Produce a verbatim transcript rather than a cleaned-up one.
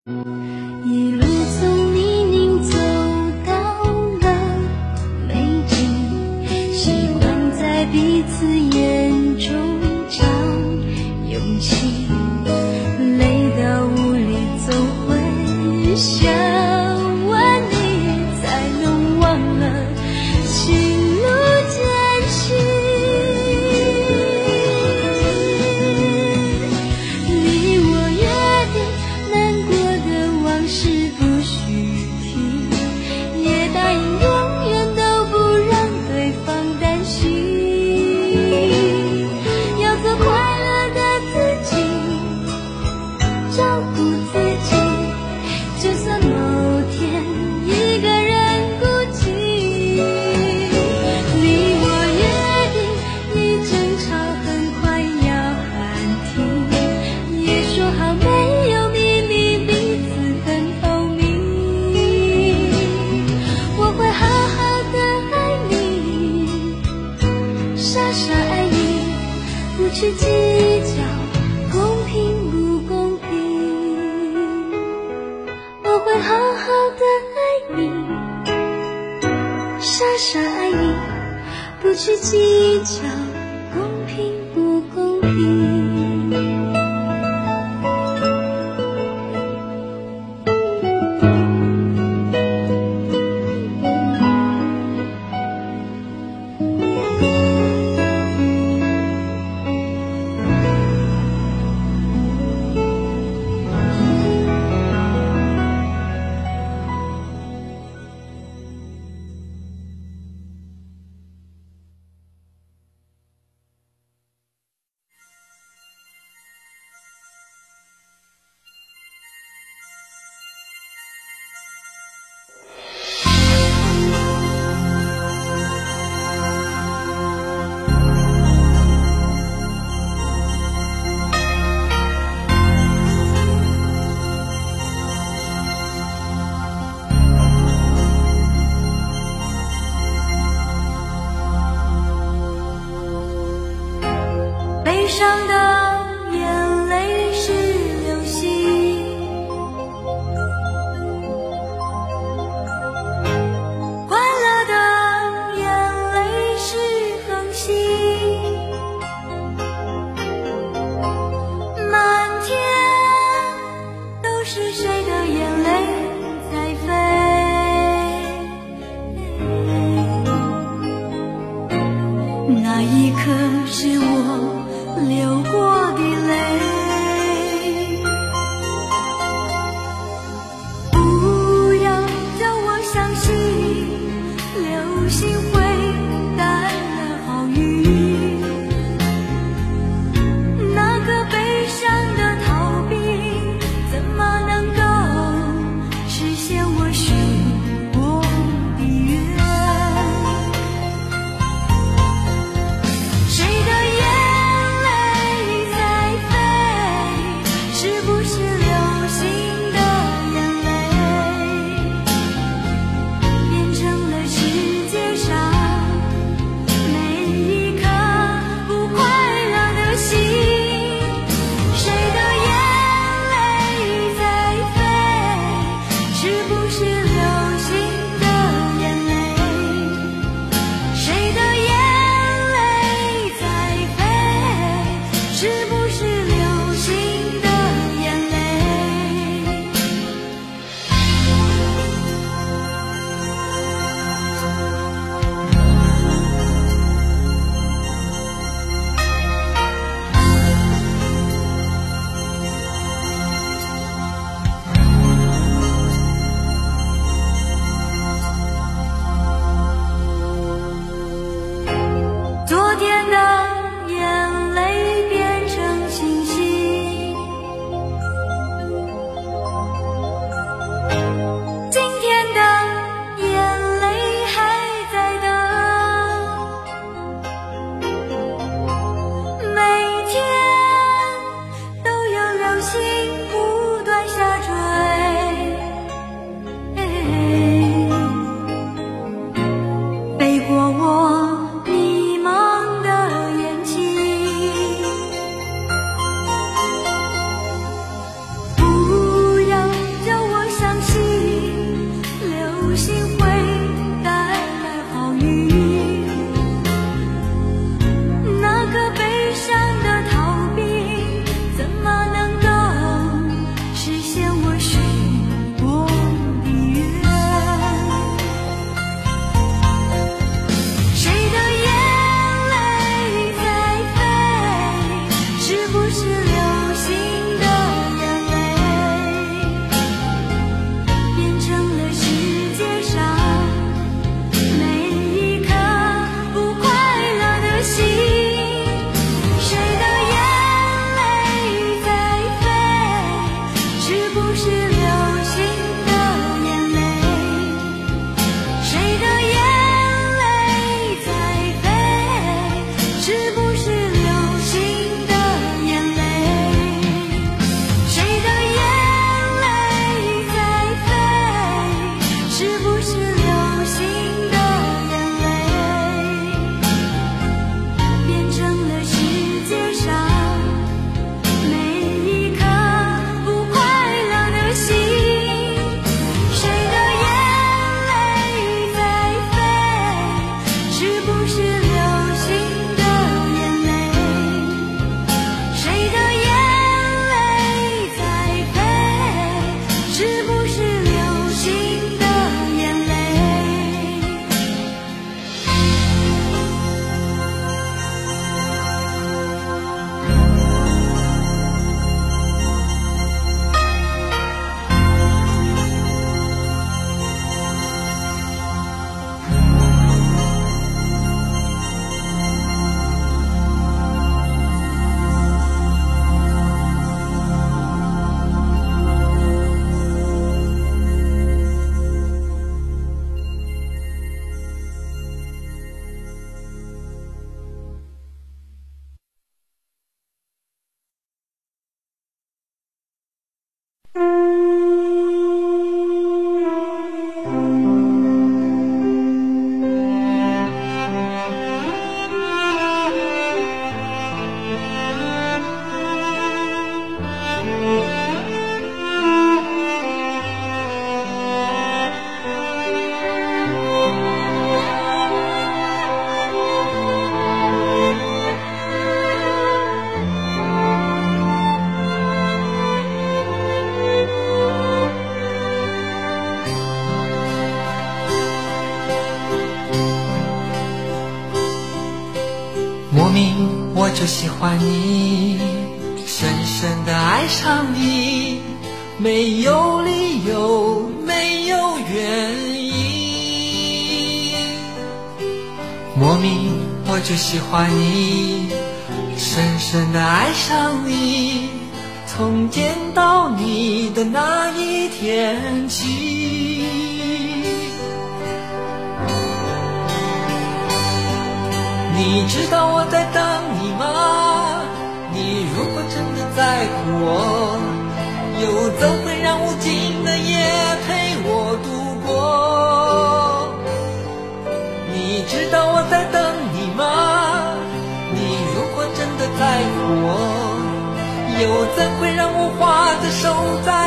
一路从泥泞走到了美景，习惯在彼此眼中找勇气，累到无力走回想问你，才能忘了情路艰辛。你我约定难过的往事不许提，也答应永远都不让对方担心，要做快乐的自己，照顾自己，就算某天一个人孤寂。你我约定一争吵很快要喊停，也说好没有秘密，彼此很透明。我会好好的爱你，傻傻爱你，不去计较公平不公平。我会好好的爱你，傻傻爱你，不去计较公平不公平。 悲伤的眼泪是流星，快乐的眼泪是恒星，满天都是谁的眼泪在飞，那一刻是我流过的泪，不要让我相信流星会带来好运，那个悲伤的逃避怎么能够实现我许过的愿？谁的我就喜欢你，深深地爱上你，没有理由，没有原因，莫名我就喜欢你，深深地爱上你，从见到你的那一天起。你知道我在等你吗？你如果真的在乎我，又怎会让无尽的夜陪我度过？你知道我在等你吗？你如果真的在乎我，又怎会让我画着手在